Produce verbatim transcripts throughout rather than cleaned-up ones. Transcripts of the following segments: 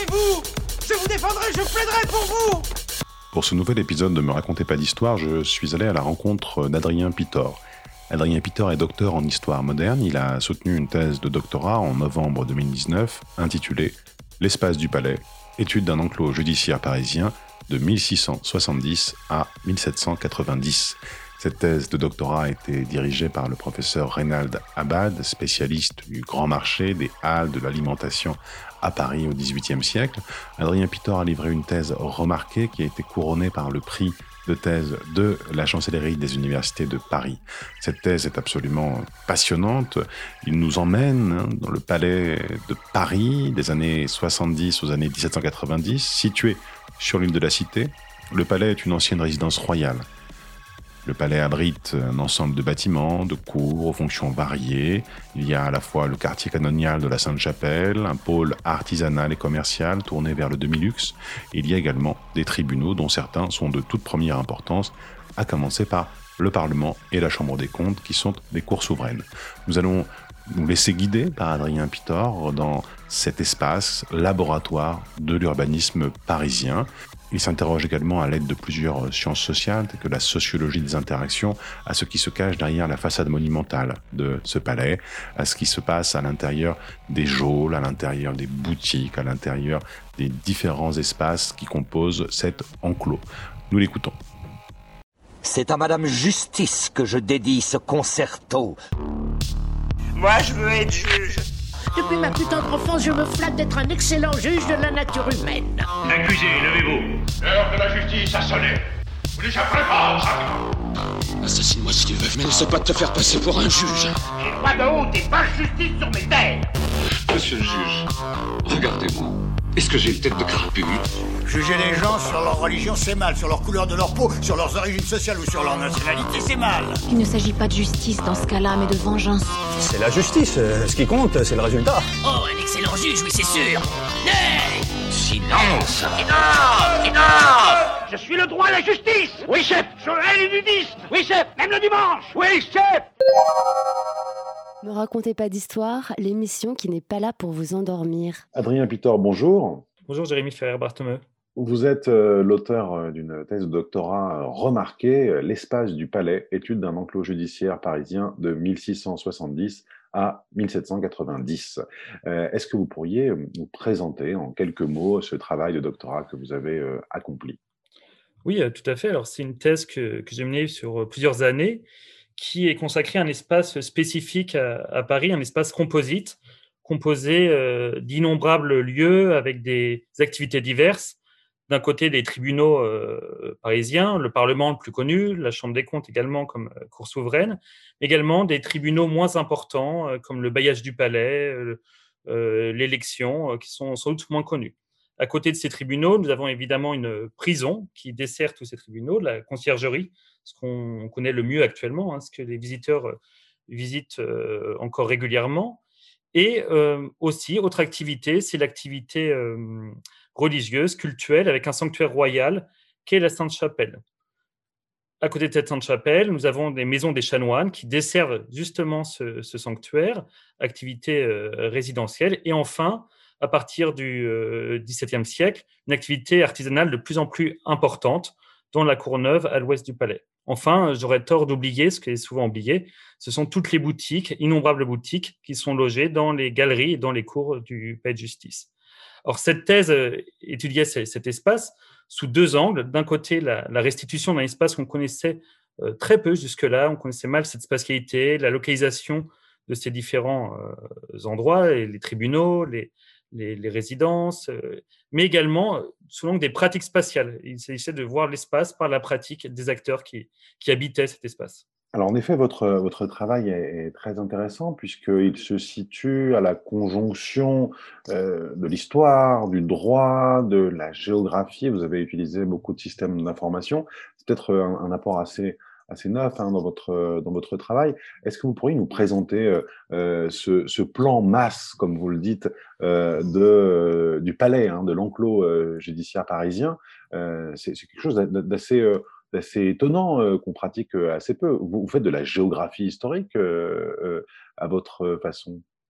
Défendez-vous! Je vous défendrai, je plaiderai pour vous! Pour ce nouvel épisode de Me racontez pas d'histoire, je suis allé à la rencontre d'Adrien Pitor. Adrien Pitor est docteur en histoire moderne. Il a soutenu une thèse de doctorat en novembre deux mille dix-neuf intitulée « L'espace du palais, étude d'un enclos judiciaire parisien de mille six cent soixante-dix à mille sept cent quatre-vingt-dix ». Cette thèse de doctorat a été dirigée par le professeur Reynald Abad, spécialiste du grand marché, des halles, de l'alimentation à Paris au dix-huitième siècle. Adrien Pitor a livré une thèse remarquée qui a été couronnée par le prix de thèse de la chancellerie des universités de Paris. Cette thèse est absolument passionnante. Il nous emmène dans le palais de Paris des années soixante-dix aux années dix-sept cent quatre-vingt-dix, situé sur l'île de la Cité. Le palais est une ancienne résidence royale. Le palais abrite un ensemble de bâtiments, de cours aux fonctions variées. Il y a à la fois le quartier canonial de la Sainte-Chapelle, un pôle artisanal et commercial tourné vers le demi-luxe. Il y a également des tribunaux dont certains sont de toute première importance, à commencer par le Parlement et la Chambre des comptes qui sont des cours souveraines. Nous allons nous laisser guider par Adrien Pitor dans cet espace laboratoire de l'urbanisme parisien. Il s'interroge également à l'aide de plusieurs sciences sociales, telles que la sociologie des interactions, à ce qui se cache derrière la façade monumentale de ce palais, à ce qui se passe à l'intérieur des geôles, à l'intérieur des boutiques, à l'intérieur des différents espaces qui composent cet enclos. Nous l'écoutons. C'est à Madame Justice que je dédie ce concerto. Moi, je veux être juge. Depuis ma plus tendre enfance, je me flatte d'être un excellent juge de la nature humaine. Accusé, levez-vous. L'heure de la justice a sonné. Vous n'échapperez pas, sacre. Assassine-moi si tu veux, mais n'essaie pas de te faire passer pour un juge. J'ai droit de honte et pas justice sur mes terres. Monsieur le juge, regardez-moi. Est-ce que j'ai une tête de crapule? Juger les gens sur leur religion, c'est mal. Sur leur couleur de leur peau, sur leurs origines sociales ou sur leur nationalité, c'est mal. Il ne s'agit pas de justice dans ce cas-là, mais de vengeance. C'est la justice. Ce qui compte, c'est le résultat. Oh, un excellent juge, oui, c'est sûr. Hey ! Silence. Silence, silence. Je suis le droit à la justice. Oui, chef. Je hais les nudistes. Oui, chef. Même le dimanche. Oui, chef. Ne racontez pas d'histoire, l'émission qui n'est pas là pour vous endormir. Adrien Pitor, bonjour. Bonjour Jérémy Ferrer-Barthomeu. Vous êtes euh, l'auteur euh, d'une thèse de doctorat euh, remarquée, euh, L'espace du palais, étude d'un enclos judiciaire parisien de mille six cent soixante-dix à mille sept cent quatre-vingt-dix. Euh, est-ce que vous pourriez nous présenter en quelques mots ce travail de doctorat que vous avez euh, accompli? Oui, euh, tout à fait. Alors, c'est une thèse que, que j'ai menée sur plusieurs années, qui est consacré à un espace spécifique à, à Paris, un espace composite, composé euh, d'innombrables lieux avec des activités diverses. D'un côté, des tribunaux euh, parisiens, le Parlement le plus connu, la Chambre des comptes également comme euh, cour souveraine, mais également des tribunaux moins importants euh, comme le bailliage du palais, euh, euh, l'élection, euh, qui sont sans doute moins connus. À côté de ces tribunaux, nous avons évidemment une prison qui dessert tous ces tribunaux, la conciergerie, ce qu'on connaît le mieux actuellement, hein, ce que les visiteurs euh, visitent euh, encore régulièrement. Et euh, aussi, autre activité, c'est l'activité euh, religieuse, cultuelle, avec un sanctuaire royal qu'est la Sainte-Chapelle. À côté de cette Sainte-Chapelle, nous avons des maisons des chanoines qui desservent justement ce, ce sanctuaire, activité euh, résidentielle. Et enfin, à partir du euh, dix-septième siècle, une activité artisanale de plus en plus importante, dont la Courneuve à l'ouest du palais. Enfin, j'aurais tort d'oublier, ce qui est souvent oublié, ce sont toutes les boutiques, innombrables boutiques, qui sont logées dans les galeries et dans les cours du palais de justice. Alors, cette thèse étudiait cet espace sous deux angles. D'un côté, la, la restitution d'un espace qu'on connaissait euh, très peu jusque-là, on connaissait mal cette spatialité, la localisation de ces différents euh, endroits, les, les tribunaux, les, les, les résidences, euh, mais également euh, sous l'angle des pratiques spatiales. Il s'agissait de voir l'espace par la pratique des acteurs qui, qui habitaient cet espace. Alors en effet, votre, votre travail est, est très intéressant puisqu'il se situe à la conjonction euh, de l'histoire, du droit, de la géographie. Vous avez utilisé beaucoup de systèmes d'information. C'est peut-être un, un apport assez, assez neuf hein, dans, votre, dans votre travail. Est-ce que vous pourriez nous présenter euh, ce, ce plan masse, comme vous le dites, euh, de, euh, du palais, hein, de l'enclos euh, judiciaire parisien? euh, c'est, c'est quelque chose d'assez... Euh, C'est étonnant euh, qu'on pratique assez peu. Vous, vous faites de la géographie historique euh, euh, à votre façon.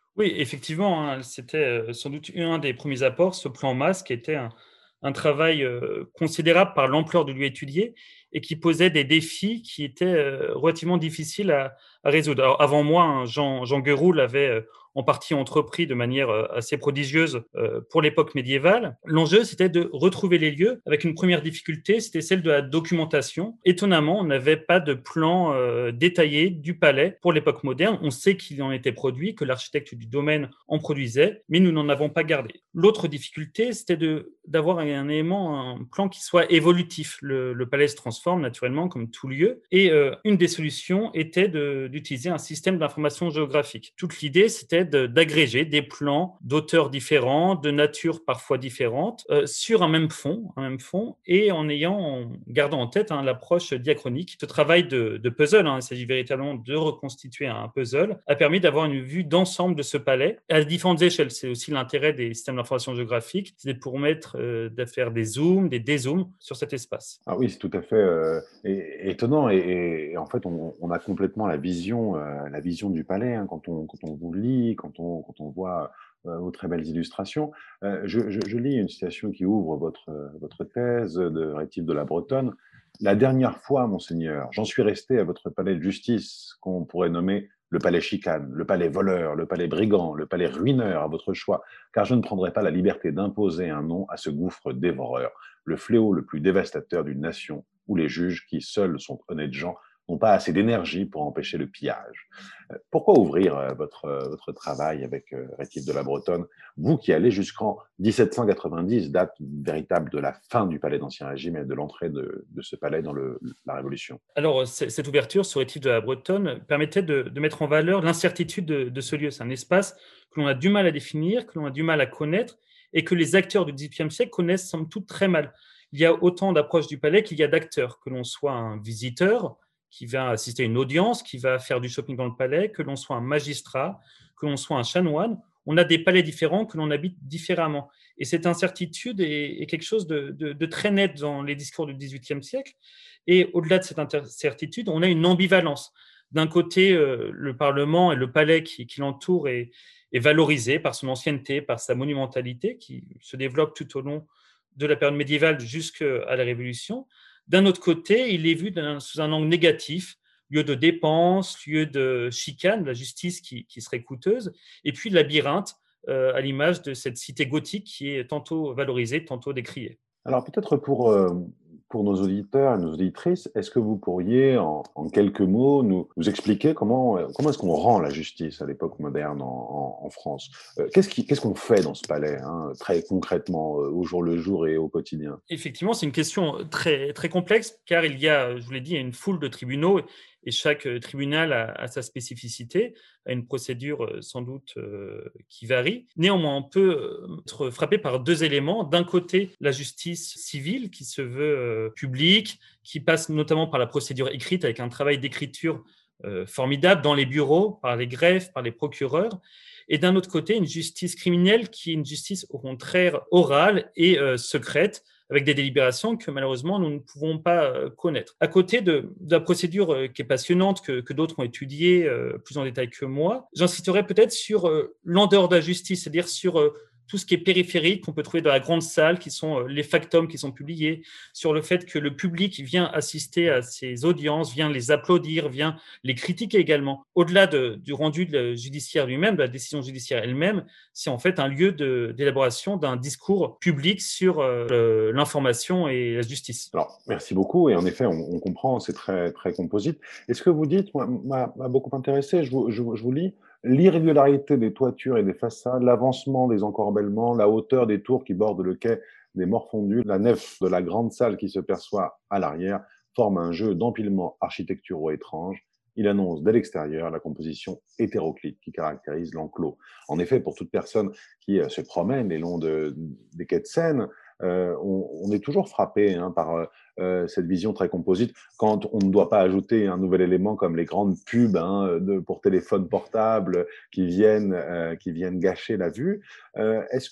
Oui, effectivement, hein, c'était sans doute un des premiers apports, ce plan masse qui était un, un travail euh, considérable par l'ampleur de lieu étudié et qui posait des défis qui étaient euh, relativement difficiles à, à résoudre. Alors, avant moi, hein, Jean, Jean Guéroult l'avait euh, en partie entrepris de manière euh, assez prodigieuse euh, pour l'époque médiévale. L'enjeu, c'était de retrouver les lieux avec une première difficulté, c'était celle de la documentation. Étonnamment, on n'avait pas de plan euh, détaillé du palais pour l'époque moderne. On sait qu'il en était produit, que l'architecte du domaine en produisait, mais nous n'en avons pas gardé. L'autre difficulté, c'était de, d'avoir un élément, un plan qui soit évolutif. Le, le palais se transforme naturellement comme tout lieu, et euh, une des solutions était de, d'utiliser un système d'information géographique. Toute l'idée, c'était de, d'agréger des plans d'auteurs différents, de natures parfois différentes, euh, sur un même fond, un même fond, et en ayant, en gardant en tête hein, l'approche diachronique. Ce travail de, de puzzle, hein, il s'agit véritablement de reconstituer un puzzle, a permis d'avoir une vue d'ensemble de ce palais à différentes échelles. C'est aussi l'intérêt des systèmes d'information géographique, c'est de permettre euh, de faire des zooms, des dézooms sur cet espace. Ah oui, c'est tout à fait euh, étonnant et, et en fait, on, on a complètement la vision, euh, la vision du palais hein, quand on quand on vous lit, quand on quand on voit euh, vos très belles illustrations. Euh, je, je, je lis une citation qui ouvre votre votre thèse de Rétif de la Bretonne. La dernière fois, monseigneur, j'en suis resté à votre palais de justice qu'on pourrait nommer le palais chicane, le palais voleur, le palais brigand, le palais ruineur, à votre choix, car je ne prendrai pas la liberté d'imposer un nom à ce gouffre dévoreur, le fléau le plus dévastateur d'une nation, où les juges, qui seuls sont honnêtes gens, n'ont pas assez d'énergie pour empêcher le pillage. Pourquoi ouvrir votre, votre travail avec Rétif de la Bretonne, vous qui allez jusqu'en dix-sept cent quatre-vingt-dix, date véritable de la fin du palais d'Ancien Régime et de l'entrée de, de ce palais dans le, la Révolution? Alors, cette ouverture sur Rétif de la Bretonne permettait de, de mettre en valeur l'incertitude de, de ce lieu. C'est un espace que l'on a du mal à définir, que l'on a du mal à connaître et que les acteurs du dix-huitième siècle connaissent somme toute très mal. Il y a autant d'approches du palais qu'il y a d'acteurs, que l'on soit un visiteur qui va assister à une audience, qui va faire du shopping dans le palais, que l'on soit un magistrat, que l'on soit un chanoine. On a des palais différents que l'on habite différemment. Et cette incertitude est, est quelque chose de, de, de très net dans les discours du dix-huitième siècle. Et au-delà de cette incertitude, on a une ambivalence. D'un côté, euh, le Parlement et le palais qui, qui l'entoure est, est valorisé par son ancienneté, par sa monumentalité, qui se développe tout au long de la période médiévale jusqu'à la Révolution. D'un autre côté, il est vu d'un, sous un angle négatif, lieu de dépenses, lieu de chicane, la justice qui, qui serait coûteuse, et puis labyrinthe, euh, à l'image de cette cité gothique qui est tantôt valorisée, tantôt décriée. Alors peut-être pour, euh, pour nos auditeurs et nos auditrices, est-ce que vous pourriez, en, en quelques mots, nous, nous expliquer comment, comment est-ce qu'on rend la justice à l'époque moderne en, en, en France? euh, qu'est-ce, qui, qu'est-ce qu'on fait dans ce palais, hein, très concrètement, euh, au jour le jour et au quotidien? Effectivement, c'est une question très, très complexe, car il y a, je vous l'ai dit, il y a une foule de tribunaux, et chaque tribunal a, a sa spécificité, a une procédure euh, sans doute euh, qui varie. Néanmoins, on peut être frappé par deux éléments. D'un côté, la justice civile qui se veut euh, publique, qui passe notamment par la procédure écrite avec un travail d'écriture euh, formidable dans les bureaux, par les greffes, par les procureurs. Et d'un autre côté, une justice criminelle qui est une justice au contraire orale et euh, secrète, avec des délibérations que malheureusement nous ne pouvons pas connaître. À côté de, de la procédure qui est passionnante, que, que d'autres ont étudiée euh, plus en détail que moi, j'insisterai peut-être sur euh, l'en dehors de la justice, c'est-à-dire sur euh, tout ce qui est périphérique qu'on peut trouver dans la grande salle, qui sont euh, les factums qui sont publiés, sur le fait que le public vient assister à ces audiences, vient les applaudir, vient les critiquer également. Au-delà de, du rendu de la judiciaire lui-même, de la décision judiciaire elle-même, c'est en fait un lieu de, d'élaboration d'un discours public sur euh, l'information et la justice. Alors, merci beaucoup. Et en effet, on, on comprend, c'est très, très composite. Et ce que vous dites moi, m'a, m'a beaucoup intéressé. Je vous, je, je vous lis. L'irrégularité des toitures et des façades, l'avancement des encorbellements, la hauteur des tours qui bordent le quai des Morfondus, la nef de la grande salle qui se perçoit à l'arrière, forment un jeu d'empilements architecturaux étranges. Il annonce dès l'extérieur la composition hétéroclite qui caractérise l'enclos. En effet, pour toute personne qui se promène les longs de, des quais de Seine, Euh, on, on est toujours frappé hein, par euh, cette vision très composite quand on ne doit pas ajouter un nouvel élément comme les grandes pubs hein, de, pour téléphone portable qui viennent, euh, qui viennent gâcher la vue. Euh, est-ce que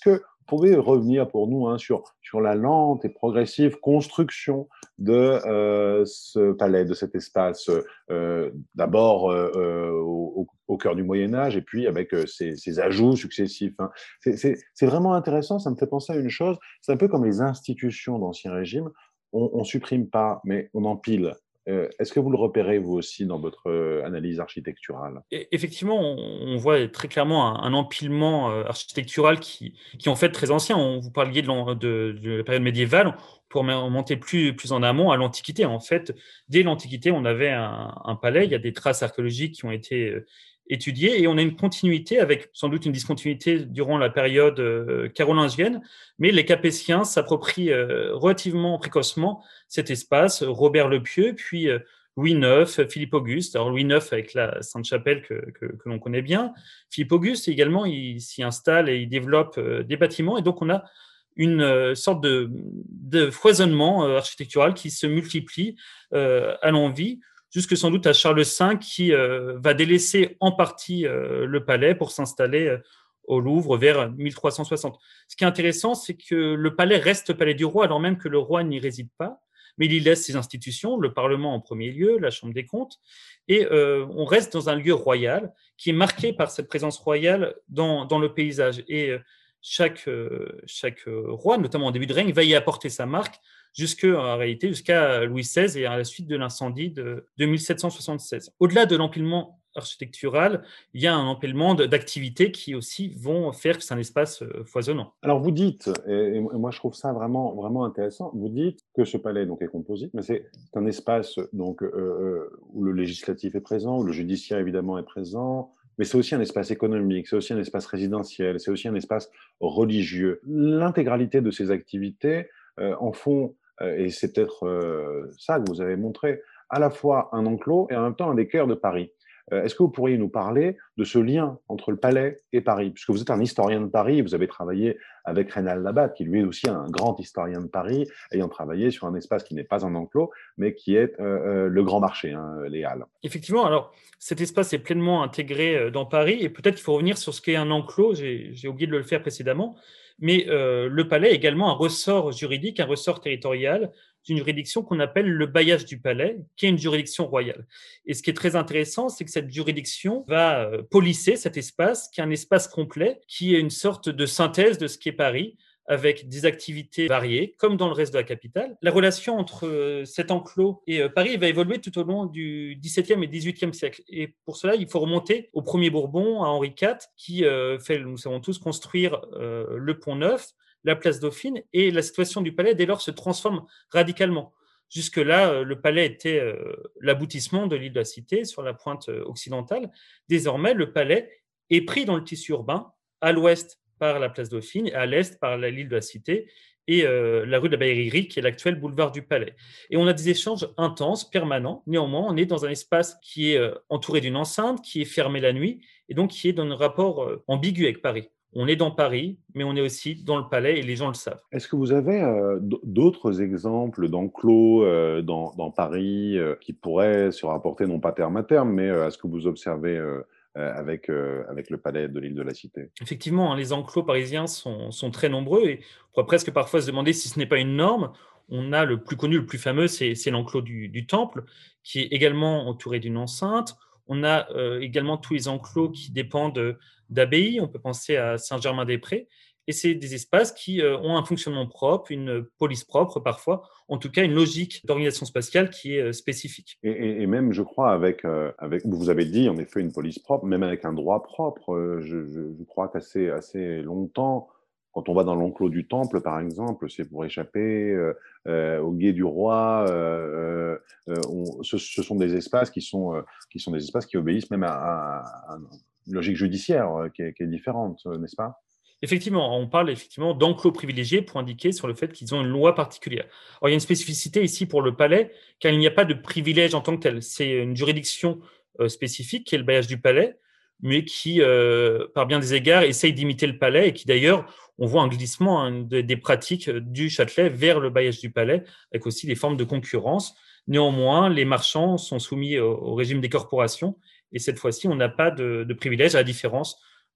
pouvez revenir pour nous hein, sur, sur la lente et progressive construction de euh, ce palais, de cet espace, euh, d'abord euh, au, au cœur du Moyen-Âge et puis avec euh, ses, ses ajouts successifs. Hein. C'est, c'est, c'est vraiment intéressant, ça me fait penser à une chose, c'est un peu comme les institutions d'Ancien Régime, on ne supprime pas, mais on empile. Euh, est-ce que vous le repérez, vous aussi, dans votre euh, analyse architecturale ? Et effectivement, on, on voit très clairement un, un empilement euh, architectural qui, qui est en fait très ancien. On, vous parliez de, de, de la période médiévale, pour remonter plus, plus en amont à l'Antiquité. En fait, dès l'Antiquité, on avait un, un palais, il y a des traces archéologiques qui ont été euh, étudiées, et on a une continuité, avec sans doute une discontinuité durant la période euh, carolingienne, mais les Capétiens s'approprient euh, relativement précocement cet espace, Robert le Pieux, puis euh, Louis neuf, Philippe Auguste. Alors Louis neuf avec la Sainte-Chapelle que, que, que l'on connaît bien. Philippe Auguste également, il s'y installe et il développe euh, des bâtiments, et donc on a une euh, sorte de, de foisonnement euh, architectural qui se multiplie euh, à l'envi, jusque sans doute à Charles cinq qui euh, va délaisser en partie euh, le palais pour s'installer euh, au Louvre vers mille trois cent soixante. Ce qui est intéressant, c'est que le palais reste palais du roi, alors même que le roi n'y réside pas, mais il y laisse ses institutions, le Parlement en premier lieu, la Chambre des comptes, et euh, on reste dans un lieu royal qui est marqué par cette présence royale dans, dans le paysage. Et euh, chaque, euh, chaque roi, notamment en début de règne, va y apporter sa marque, jusque, en réalité, jusqu'à Louis seize et à la suite de l'incendie de, de mille sept cent soixante-seize. Au-delà de l'empilement architectural, il y a un empilement d'activités qui aussi vont faire que c'est un espace foisonnant. Alors vous dites, et moi je trouve ça vraiment, vraiment intéressant, vous dites que ce palais donc, est composite, mais c'est un espace donc, euh, où le législatif est présent, où le judiciaire évidemment est présent, mais c'est aussi un espace économique, c'est aussi un espace résidentiel, c'est aussi un espace religieux. L'intégralité de ces activités euh, en font, euh, et c'est peut-être euh, ça que vous avez montré, à la fois un enclos et en même temps un des cœurs de Paris. Euh, est-ce que vous pourriez nous parler de ce lien entre le palais et Paris ? Puisque vous êtes un historien de Paris, vous avez travaillé avec Reynald Labatte, qui lui est aussi un grand historien de Paris, ayant travaillé sur un espace qui n'est pas un enclos, mais qui est euh, le Grand Marché, hein, les Halles. Effectivement, alors cet espace est pleinement intégré dans Paris, et peut-être qu'il faut revenir sur ce qu'est un enclos, j'ai, j'ai oublié de le faire précédemment, mais euh, le palais est également un ressort juridique, un ressort territorial d'une juridiction qu'on appelle le bailliage du palais, qui est une juridiction royale. Et ce qui est très intéressant, c'est que cette juridiction va euh, polisser cet espace, qui est un espace complet, qui est une sorte de synthèse de ce qu'est Paris, avec des activités variées, comme dans le reste de la capitale. La relation entre euh, cet enclos et euh, Paris va évoluer tout au long du dix-septième et dix-huitième siècle. Et pour cela, il faut remonter au premier Bourbon, à Henri quatre, qui euh, fait, nous savons tous, construire euh, le Pont Neuf, la place Dauphine, et la situation du palais, dès lors, se transforme radicalement. Jusque-là, le palais était euh, l'aboutissement de l'île de la Cité, sur la pointe occidentale. Désormais, le palais est pris dans le tissu urbain, à l'ouest par la place Dauphine, et à l'est par l'île de la Cité, et euh, la rue de la Baillerie, qui est l'actuel boulevard du Palais. Et on a des échanges intenses, permanents. Néanmoins, on est dans un espace qui est euh, entouré d'une enceinte, qui est fermé la nuit, et donc qui est dans un rapport euh, ambigu avec Paris. On est dans Paris, mais on est aussi dans le palais, et les gens le savent. Est-ce que vous avez euh, d'autres exemples d'enclos euh, dans, dans Paris euh, qui pourraient se rapporter, non pas terme à terme, mais euh, à ce que vous observez euh, avec, euh, avec le palais de l'île de la Cité ? Effectivement, hein, les enclos parisiens sont, sont très nombreux, et on pourrait presque parfois se demander si ce n'est pas une norme. On a le plus connu, le plus fameux, c'est, c'est l'enclos du, du Temple, qui est également entouré d'une enceinte. On a euh, également tous les enclos qui dépendent d'abbayes. On peut penser à Saint-Germain-des-Prés. Et c'est des espaces qui euh, ont un fonctionnement propre, une police propre parfois, en tout cas une logique d'organisation spatiale qui est euh, spécifique. Et, et, et même, je crois, avec, euh, avec, vous avez dit en effet une police propre, même avec un droit propre. Euh, je, je, je crois qu'assez assez longtemps, quand on va dans l'enclos du Temple, par exemple, c'est pour échapper euh, euh, au guet du roi. Euh, euh, on, ce, ce sont des espaces qui sont, euh, qui sont des espaces qui obéissent même à, à, à une logique judiciaire euh, qui, est, qui est différente, n'est-ce pas ? Effectivement, on parle effectivement d'enclos privilégiés pour indiquer sur le fait qu'ils ont une loi particulière. Alors, il y a une spécificité ici pour le palais, car il n'y a pas de privilège en tant que tel. C'est une juridiction euh, spécifique qui est le bailliage du palais, mais qui, euh, par bien des égards, essaye d'imiter le palais et qui d'ailleurs, on voit un glissement hein, de, des pratiques du Châtelet vers le bailliage du palais, avec aussi des formes de concurrence. Néanmoins, les marchands sont soumis au, au régime des corporations et cette fois-ci, on n'a pas de, de privilège à la différence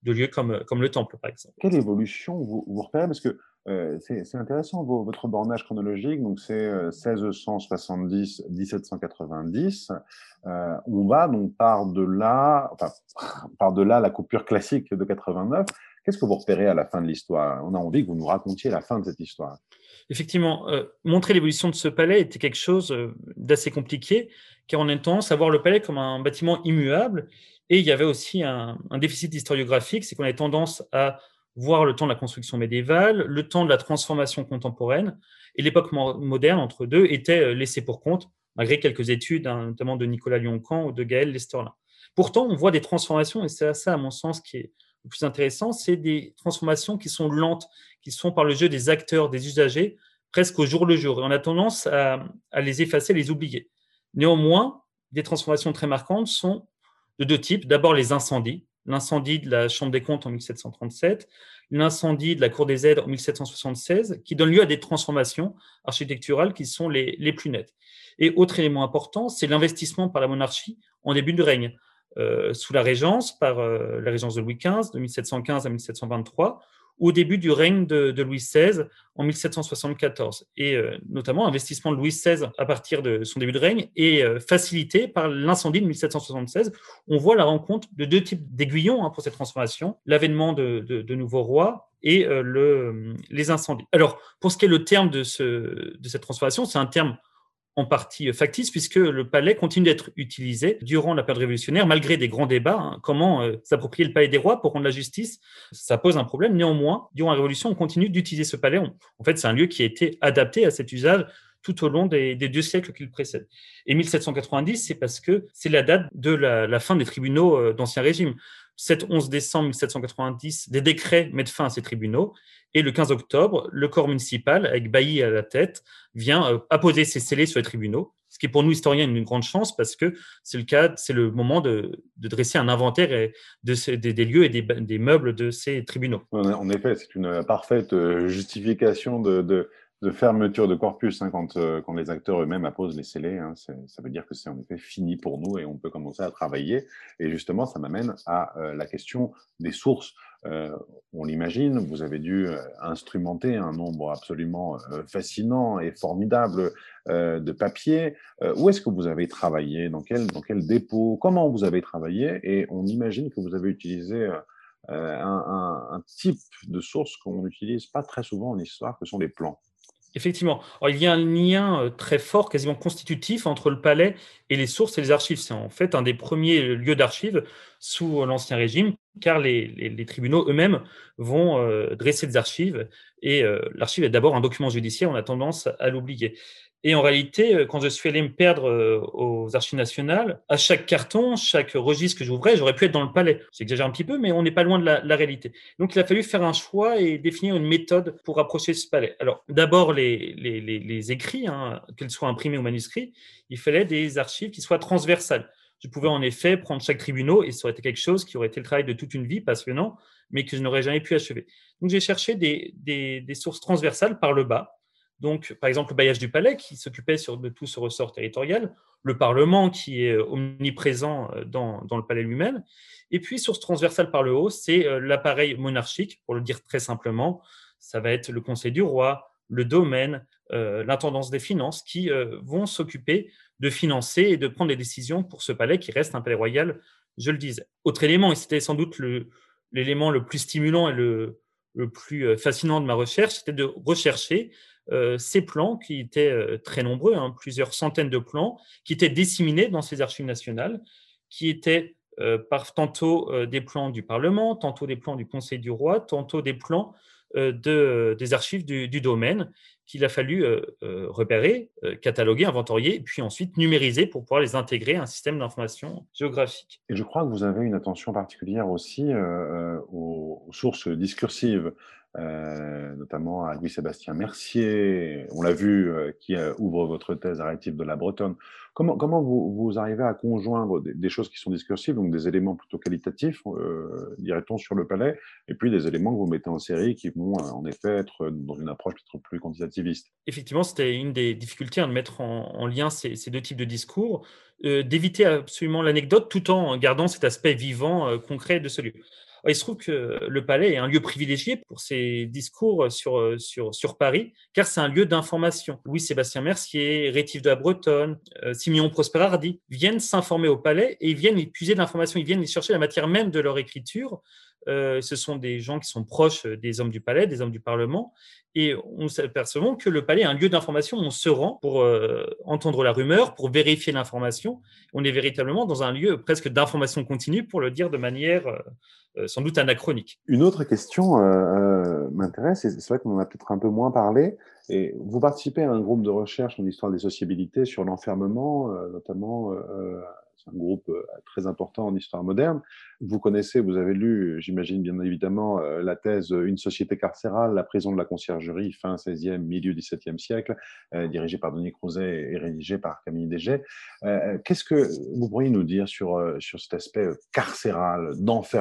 de lieux comme, comme le Temple, par exemple. Quelle évolution vous, vous repérez? Parce que euh, c'est, c'est intéressant, vos, votre bornage chronologique, donc c'est euh, seize cent soixante-dix, dix-sept cent quatre-vingt-dix. Euh, on va donc par de là, enfin, par de là la coupure classique de quatre-vingt-neuf. Qu'est-ce que vous repérez à la fin de l'histoire? On a envie que vous nous racontiez la fin de cette histoire. Effectivement, euh, montrer l'évolution de ce palais était quelque chose euh, d'assez compliqué, car on a tendance à voir le palais comme un bâtiment immuable, et il y avait aussi un, un déficit historiographique, c'est qu'on avait tendance à voir le temps de la construction médiévale, le temps de la transformation contemporaine, et l'époque mo- moderne, entre deux, était laissée pour compte, malgré quelques études, hein, notamment de Nicolas Lyon-Camp ou de Gaël Lesterlin. Pourtant, on voit des transformations, et c'est ça, à mon sens, qui est le plus intéressant, c'est des transformations qui sont lentes, qui sont par le jeu des acteurs, des usagers, presque au jour le jour. Et on a tendance à, à les effacer, les oublier. Néanmoins, des transformations très marquantes sont de deux types. D'abord, les incendies. L'incendie de la Chambre des comptes en mille sept cent trente-sept, l'incendie de la Cour des aides en mille sept cent soixante-seize, qui donnent lieu à des transformations architecturales qui sont les, les plus nettes. Et autre élément important, c'est l'investissement par la monarchie en début de règne. Euh, sous la Régence, par euh, la Régence de Louis quinze, de mille sept cent quinze à mille sept cent vingt-trois, ou au début du règne de, de Louis seize, en mille sept cent soixante-quatorze. Et euh, notamment, l'investissement de Louis seize à partir de son début de règne est euh, facilité par l'incendie de mille sept cent soixante-seize. On voit la rencontre de deux types d'aiguillons hein, pour cette transformation, l'avènement de, de, de nouveaux rois et euh, le, les incendies. Alors, pour ce qui est le terme de, ce, de cette transformation, c'est un terme en partie factice, puisque le palais continue d'être utilisé durant la période révolutionnaire, malgré des grands débats. Hein, comment euh, s'approprier le palais des rois pour rendre la justice? Ça pose un problème. Néanmoins, durant la Révolution, on continue d'utiliser ce palais. On, en fait, c'est un lieu qui a été adapté à cet usage tout au long des, des deux siècles qui le précèdent. Et mille sept cent quatre-vingt-dix, c'est parce que c'est la date de la, la fin des tribunaux euh, d'Ancien Régime. sept onze décembre mille sept cent quatre-vingt-dix, des décrets mettent fin à ces tribunaux. Et le quinze octobre, le corps municipal, avec Bailly à la tête, vient euh, apposer ses scellés sur les tribunaux, ce qui est pour nous, historiens, une grande chance parce que c'est le cas, c'est le moment de, de dresser un inventaire et de ces, des, des lieux et des, des meubles de ces tribunaux. En effet, c'est une parfaite justification de, de, de fermeture de corpus hein, quand, euh, quand les acteurs eux-mêmes apposent les scellés. Hein, ça veut dire que c'est en effet fini pour nous et on peut commencer à travailler. Et justement, ça m'amène à euh, la question des sources. Euh, on l'imagine, vous avez dû euh, instrumenter un nombre absolument euh, fascinant et formidable euh, de papiers. Euh, où est-ce que vous avez travaillé? Dans quel, dans quel dépôt? Comment vous avez travaillé? Et on imagine que vous avez utilisé euh, un, un, un type de source qu'on n'utilise pas très souvent en histoire, que sont les plans. Effectivement. Alors, il y a un lien très fort, quasiment constitutif, entre le palais et les sources et les archives. C'est en fait un des premiers lieux d'archives sous l'Ancien Régime, car les, les, les tribunaux eux-mêmes vont euh, dresser des archives. Et euh, l'archive est d'abord un document judiciaire, on a tendance à l'oublier. Et en réalité, quand je suis allé me perdre aux Archives nationales, à chaque carton, chaque registre que j'ouvrais, j'aurais pu être dans le palais. J'exagère un petit peu, mais on n'est pas loin de la, la réalité. Donc, il a fallu faire un choix et définir une méthode pour approcher ce palais. Alors, d'abord, les, les, les, les écrits, hein, qu'ils soient imprimés ou manuscrits, il fallait des archives qui soient transversales. Je pouvais en effet prendre chaque tribunal et ça aurait été quelque chose qui aurait été le travail de toute une vie, passionnant, mais que je n'aurais jamais pu achever. Donc, j'ai cherché des, des, des sources transversales par le bas. Donc, par exemple, le bailliage du palais qui s'occupait sur, de tout ce ressort territorial, le Parlement qui est omniprésent dans, dans le palais lui-même, et puis source transversale par le haut, c'est l'appareil monarchique, pour le dire très simplement, ça va être le Conseil du roi, le domaine, euh, l'intendance des finances qui euh, vont s'occuper de financer et de prendre des décisions pour ce palais qui reste un palais royal, je le disais. Autre élément, et c'était sans doute le, l'élément le plus stimulant et le, le plus fascinant de ma recherche, c'était de rechercher Euh, ces plans qui étaient euh, très nombreux, hein, plusieurs centaines de plans, qui étaient disséminés dans ces archives nationales, qui étaient euh, par, tantôt euh, des plans du Parlement, tantôt des plans du Conseil du roi, tantôt des plans euh, de, des archives du, du domaine qu'il a fallu euh, euh, repérer, euh, cataloguer, inventorier, puis ensuite numériser pour pouvoir les intégrer à un système d'information géographique. Et je crois que vous avez une attention particulière aussi euh, aux, aux sources discursives. Euh, notamment à Louis-Sébastien Mercier, on l'a vu, euh, qui euh, ouvre votre thèse narrative de la Bretonne. Comment, comment vous, vous arrivez à conjoindre des, des choses qui sont discursives, donc des éléments plutôt qualitatifs, euh, dirait-on, sur le palais, et puis des éléments que vous mettez en série qui vont euh, en effet être dans une approche peut-être plus quantitativiste? Effectivement, c'était une des difficultés hein, de mettre en, en lien ces, ces deux types de discours, euh, d'éviter absolument l'anecdote tout en gardant cet aspect vivant, euh, concret de ce lieu. Alors, il se trouve que le palais est un lieu privilégié pour ses discours sur, sur, sur Paris, car c'est un lieu d'information. Louis-Sébastien Mercier, Rétif de la Bretonne, euh, Siméon Prosper-Hardy viennent s'informer au palais et ils viennent y puiser de l'information, ils viennent y chercher la matière même de leur écriture. Euh, ce sont des gens qui sont proches des hommes du palais, des hommes du Parlement, et on s'apercevons que le palais est un lieu d'information où on se rend pour euh, entendre la rumeur, pour vérifier l'information. On est véritablement dans un lieu presque d'information continue, pour le dire de manière euh, sans doute anachronique. Une autre question euh, euh, m'intéresse, et c'est vrai qu'on en a peut-être un peu moins parlé. Et vous participez à un groupe de recherche en histoire des sociabilités sur l'enfermement, euh, notamment... Euh, c'est un groupe très important en histoire moderne. Vous connaissez, vous avez lu, j'imagine bien évidemment, la thèse « Une société carcérale, la prison de la conciergerie, fin seizième, milieu dix-septième siècle », euh, dirigée par Denis Crouzet et rédigée par Camille Desget. Euh, qu'est-ce que vous pourriez nous dire sur, sur cet aspect carcéral, d'enfermement ?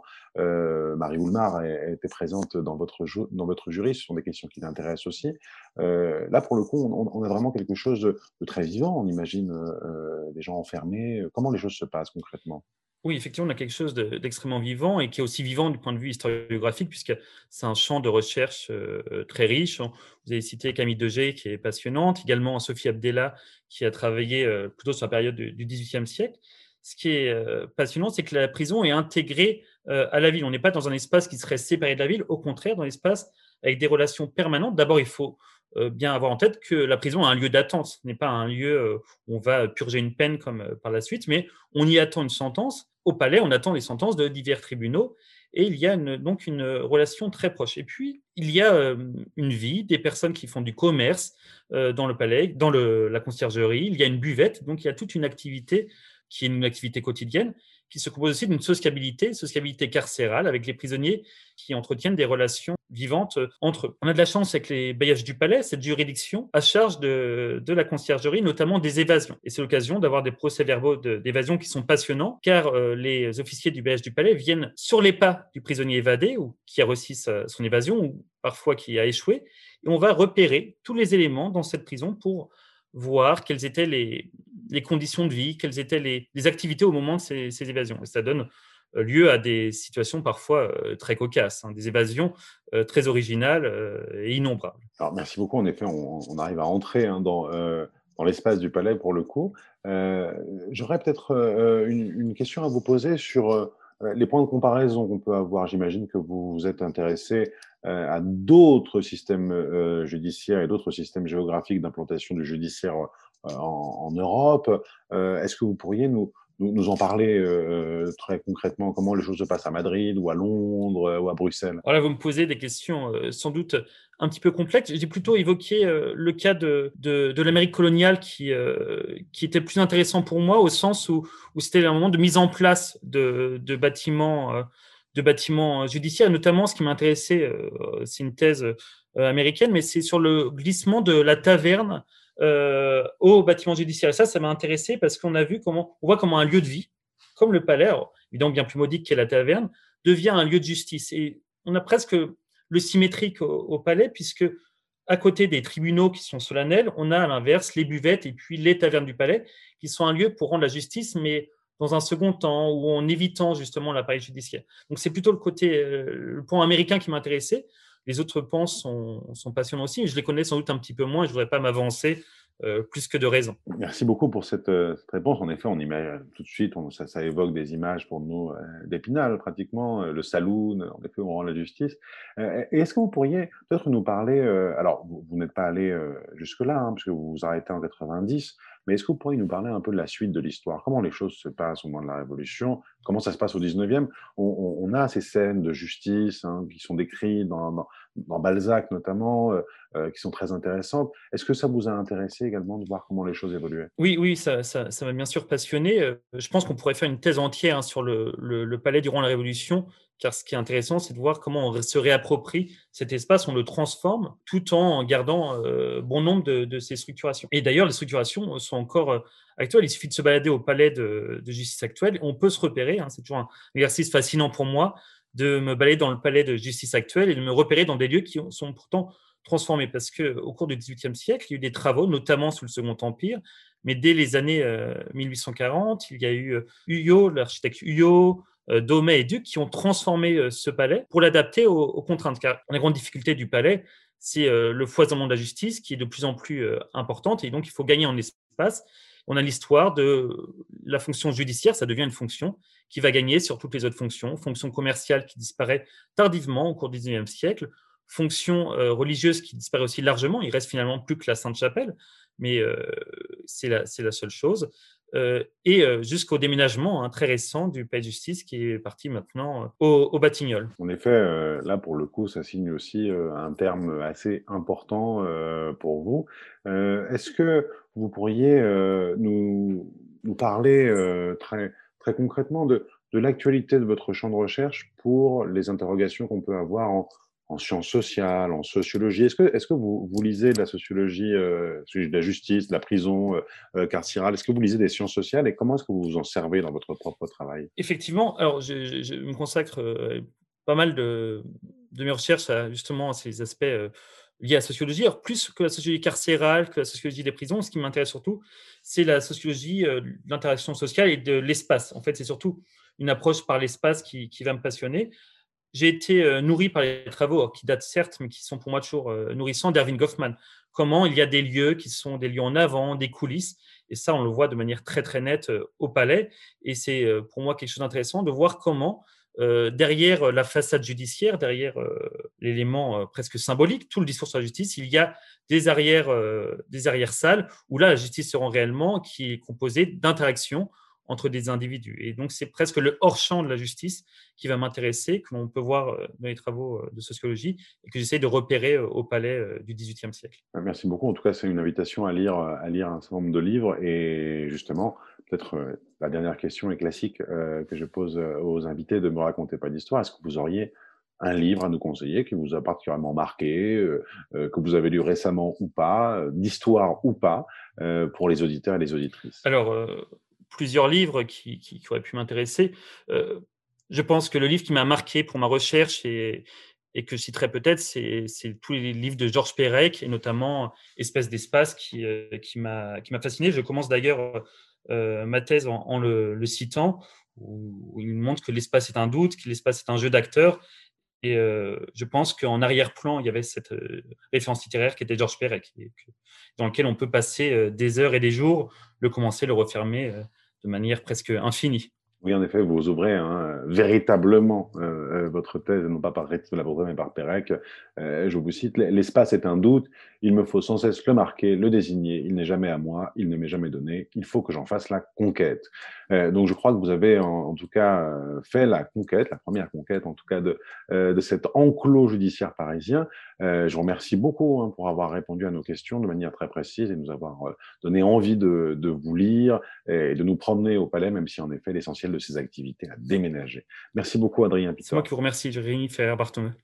euh, Marie Oulmar était présente dans votre, dans votre jury, ce sont des questions qui l'intéressent aussi. Euh, là, pour le coup, on, on a vraiment quelque chose de, de très vivant, on imagine euh, des gens enfermés. Comment les choses se passent concrètement ? Oui, effectivement, on a quelque chose de, d'extrêmement vivant et qui est aussi vivant du point de vue historiographique, puisque c'est un champ de recherche euh, très riche. Vous avez cité Camille Desget, qui est passionnante, également Sophie Abdella, qui a travaillé euh, plutôt sur la période du, du dix-huitième siècle. Ce qui est euh, passionnant, c'est que la prison est intégrée euh, à la ville. On n'est pas dans un espace qui serait séparé de la ville, au contraire, dans l'espace avec des relations permanentes. D'abord, il faut euh, bien avoir en tête que la prison est un lieu d'attente. Ce n'est pas un lieu euh, où on va purger une peine comme euh, par la suite, mais on y attend une sentence. Au palais, on attend les sentences de divers tribunaux et il y a une, donc une relation très proche. Et puis, il y a euh, une vie, des personnes qui font du commerce euh, dans le palais, dans le, la conciergerie. Il y a une buvette, donc il y a toute une activité qui est une activité quotidienne, qui se compose aussi d'une sociabilité, sociabilité carcérale, avec les prisonniers qui entretiennent des relations vivantes entre eux. On a de la chance avec les bailliages du palais, cette juridiction à charge de, de la conciergerie, notamment des évasions. Et c'est l'occasion d'avoir des procès-verbaux de, d'évasion qui sont passionnants, car euh, les officiers du bailliage du palais viennent sur les pas du prisonnier évadé, ou qui a réussi sa, son évasion, ou parfois qui a échoué, et on va repérer tous les éléments dans cette prison pour voir quelles étaient les, les conditions de vie, quelles étaient les, les activités au moment de ces, ces évasions. Et ça donne lieu à des situations parfois euh, très cocasses, hein, des évasions euh, très originales euh, et innombrables. Alors, merci beaucoup. En effet, on, on arrive à entrer hein, dans, euh, dans l'espace du palais pour le coup. Euh, j'aurais peut-être euh, une, une question à vous poser sur euh, les points de comparaison qu'on peut avoir. J'imagine que vous vous êtes intéressé euh, à d'autres systèmes euh, judiciaires et d'autres systèmes géographiques d'implantation du judiciaire euh, en, en Europe. Euh, est-ce que vous pourriez nous Nous, nous en parler euh, très concrètement, comment les choses se passent à Madrid ou à Londres euh, ou à Bruxelles? Alors là, vous me posez des questions euh, sans doute un petit peu complexes. J'ai plutôt évoqué euh, le cas de, de, de l'Amérique coloniale qui, euh, qui était plus intéressant pour moi au sens où, où c'était un moment de mise en place de, de, bâtiments, euh, de bâtiments judiciaires. Notamment, ce qui m'intéressait, euh, c'est une thèse euh, américaine, mais c'est sur le glissement de la taverne Euh, au bâtiment judiciaire. Et ça, ça m'a intéressé parce qu'on a vu comment, on voit comment un lieu de vie, comme le palais, alors, évidemment bien plus modique qu'est la taverne, devient un lieu de justice. Et on a presque le symétrique au, au palais, puisque à côté des tribunaux qui sont solennels, on a à l'inverse les buvettes et puis les tavernes du palais, qui sont un lieu pour rendre la justice, mais dans un second temps, ou en évitant justement l'appareil judiciaire. Donc c'est plutôt le côté, euh, le point américain qui m'intéressait. Les autres pans sont, sont passionnants aussi. Je les connais sans doute un petit peu moins. Je ne voudrais pas m'avancer euh, plus que de raison. Merci beaucoup pour cette, cette réponse. En effet, on imagine tout de suite, on, ça, ça évoque des images pour nous euh, d'Épinal, pratiquement, euh, le saloon, en effet, on rend la justice. Euh, et est-ce que vous pourriez peut-être nous parler, euh, alors vous, vous n'êtes pas allé euh, jusque-là, hein, puisque vous vous arrêtez en quatre-vingt-dix, mais est-ce que vous pourriez nous parler un peu de la suite de l'histoire? Comment les choses se passent au moment de la Révolution? Comment ça se passe au dix-neuvième? on, on, on a ces scènes de justice hein, qui sont décrites dans, dans, dans Balzac notamment, euh, euh, qui sont très intéressantes. Est-ce que ça vous a intéressé également de voir comment les choses évoluaient? Oui, oui, ça, ça, ça m'a bien sûr passionné. Je pense qu'on pourrait faire une thèse entière hein, sur le, le, le palais durant la Révolution, car ce qui est intéressant, c'est de voir comment on se réapproprie cet espace, on le transforme, tout en gardant euh, bon nombre de, de ces structurations. Et d'ailleurs, les structurations sont encore euh, actuelles. Il suffit de se balader au palais de, de justice actuel. On peut se repérer, hein, c'est toujours un exercice fascinant pour moi, de me balader dans le palais de justice actuel et de me repérer dans des lieux qui sont pourtant transformés. Parce qu'au cours du dix-huitième siècle, il y a eu des travaux, notamment sous le Second Empire, mais dès les années euh, mille huit cent quarante, il y a eu euh, Huyot, l'architecte Huyot, euh, Daumet et Duc qui ont transformé euh, ce palais pour l'adapter aux, aux contraintes. Car la grande difficulté du palais, c'est euh, le foisonnement de la justice qui est de plus en plus euh, importante et donc il faut gagner en espace. On a l'histoire de la fonction judiciaire, ça devient une fonction qui va gagner sur toutes les autres fonctions. Fonction commerciale qui disparaît tardivement au cours du dix-neuvième siècle. Fonction euh, religieuse qui disparaît aussi largement. Il reste finalement plus que la Sainte-Chapelle, mais euh, c'est, la, c'est la seule chose. Euh, et euh, jusqu'au déménagement hein, très récent du palais de justice qui est parti maintenant euh, au, au Batignolles. En effet, euh, là pour le coup, ça signe aussi euh, un terme assez important euh, pour vous. Euh, est-ce que vous pourriez euh, nous, nous parler euh, très, très concrètement de, de l'actualité de votre champ de recherche pour les interrogations qu'on peut avoir en, en sciences sociales, en sociologie? Est-ce que, est-ce que vous, vous lisez de la sociologie, euh, de la justice, de la prison euh, carcérale? Est-ce que vous lisez des sciences sociales et comment est-ce que vous vous en servez dans votre propre travail? Effectivement, alors je, je, je me consacre euh, pas mal de, de mes recherches à, justement à ces aspects euh, liés à la sociologie. Alors plus que la sociologie carcérale, que la sociologie des prisons, ce qui m'intéresse surtout, c'est la sociologie euh, de l'interaction sociale et de l'espace. En fait, c'est surtout une approche par l'espace qui, qui va me passionner. J'ai été euh, nourri par les travaux alors, qui datent certes, mais qui sont pour moi toujours euh, nourrissants d'Erving Goffman. Comment il y a des lieux qui sont des lieux en avant, des coulisses, et ça, on le voit de manière très très nette euh, au Palais. Et c'est euh, pour moi quelque chose d'intéressant de voir comment, euh, derrière la façade judiciaire, derrière euh, l'élément euh, presque symbolique, tout le discours sur la justice, il y a des arrières, euh, des arrières-salles où là, la justice se rend réellement, qui est composée d'interactions entre des individus. Et donc, c'est presque le hors-champ de la justice qui va m'intéresser, que l'on peut voir dans les travaux de sociologie et que j'essaie de repérer au Palais du dix-huitième siècle. Merci beaucoup. En tout cas, c'est une invitation à lire, à lire un certain nombre de livres. Et justement, peut-être euh, la dernière question est classique euh, que je pose aux invités de Me raconter pas d'histoire. Est-ce que vous auriez un livre à nous conseiller qui vous a particulièrement marqué, euh, euh, que vous avez lu récemment ou pas, euh, d'histoire ou pas, euh, pour les auditeurs et les auditrices? Alors, euh, plusieurs livres qui, qui, qui auraient pu m'intéresser. Euh, je pense que le livre qui m'a marqué pour ma recherche et, et que je citerai peut-être, c'est, c'est tous les livres de Georges Perec, et notamment Espèce d'espace, qui, euh, qui, m'a, qui m'a fasciné. Je commence d'ailleurs euh, ma thèse en, en le, le citant, où, où il montre que l'espace est un doute, que l'espace est un jeu d'acteurs. Et euh, je pense qu'en arrière-plan, il y avait cette euh, référence littéraire qui était Georges Perec, et que, dans lequel on peut passer euh, des heures et des jours, le commencer, le refermer euh, de manière presque infinie. Oui, en effet, vous ouvrez hein, véritablement euh, votre thèse, non pas par Rétine Labourdet, mais par Perec. Euh, je vous cite, l'espace est un doute, il me faut sans cesse le marquer, le désigner, il n'est jamais à moi, il ne m'est jamais donné, il faut que j'en fasse la conquête. Euh, donc je crois que vous avez en, en tout cas fait la conquête, la première conquête en tout cas de, euh, de cet enclos judiciaire parisien. Euh, je vous remercie beaucoup hein, pour avoir répondu à nos questions de manière très précise et nous avoir euh, donné envie de, de vous lire et de nous promener au Palais, même si en effet l'essentiel de ces activités à déménager. Merci beaucoup, Adrien Pitor. C'est moi qui vous remercie, Jérémy Ferrer-Barthomeu.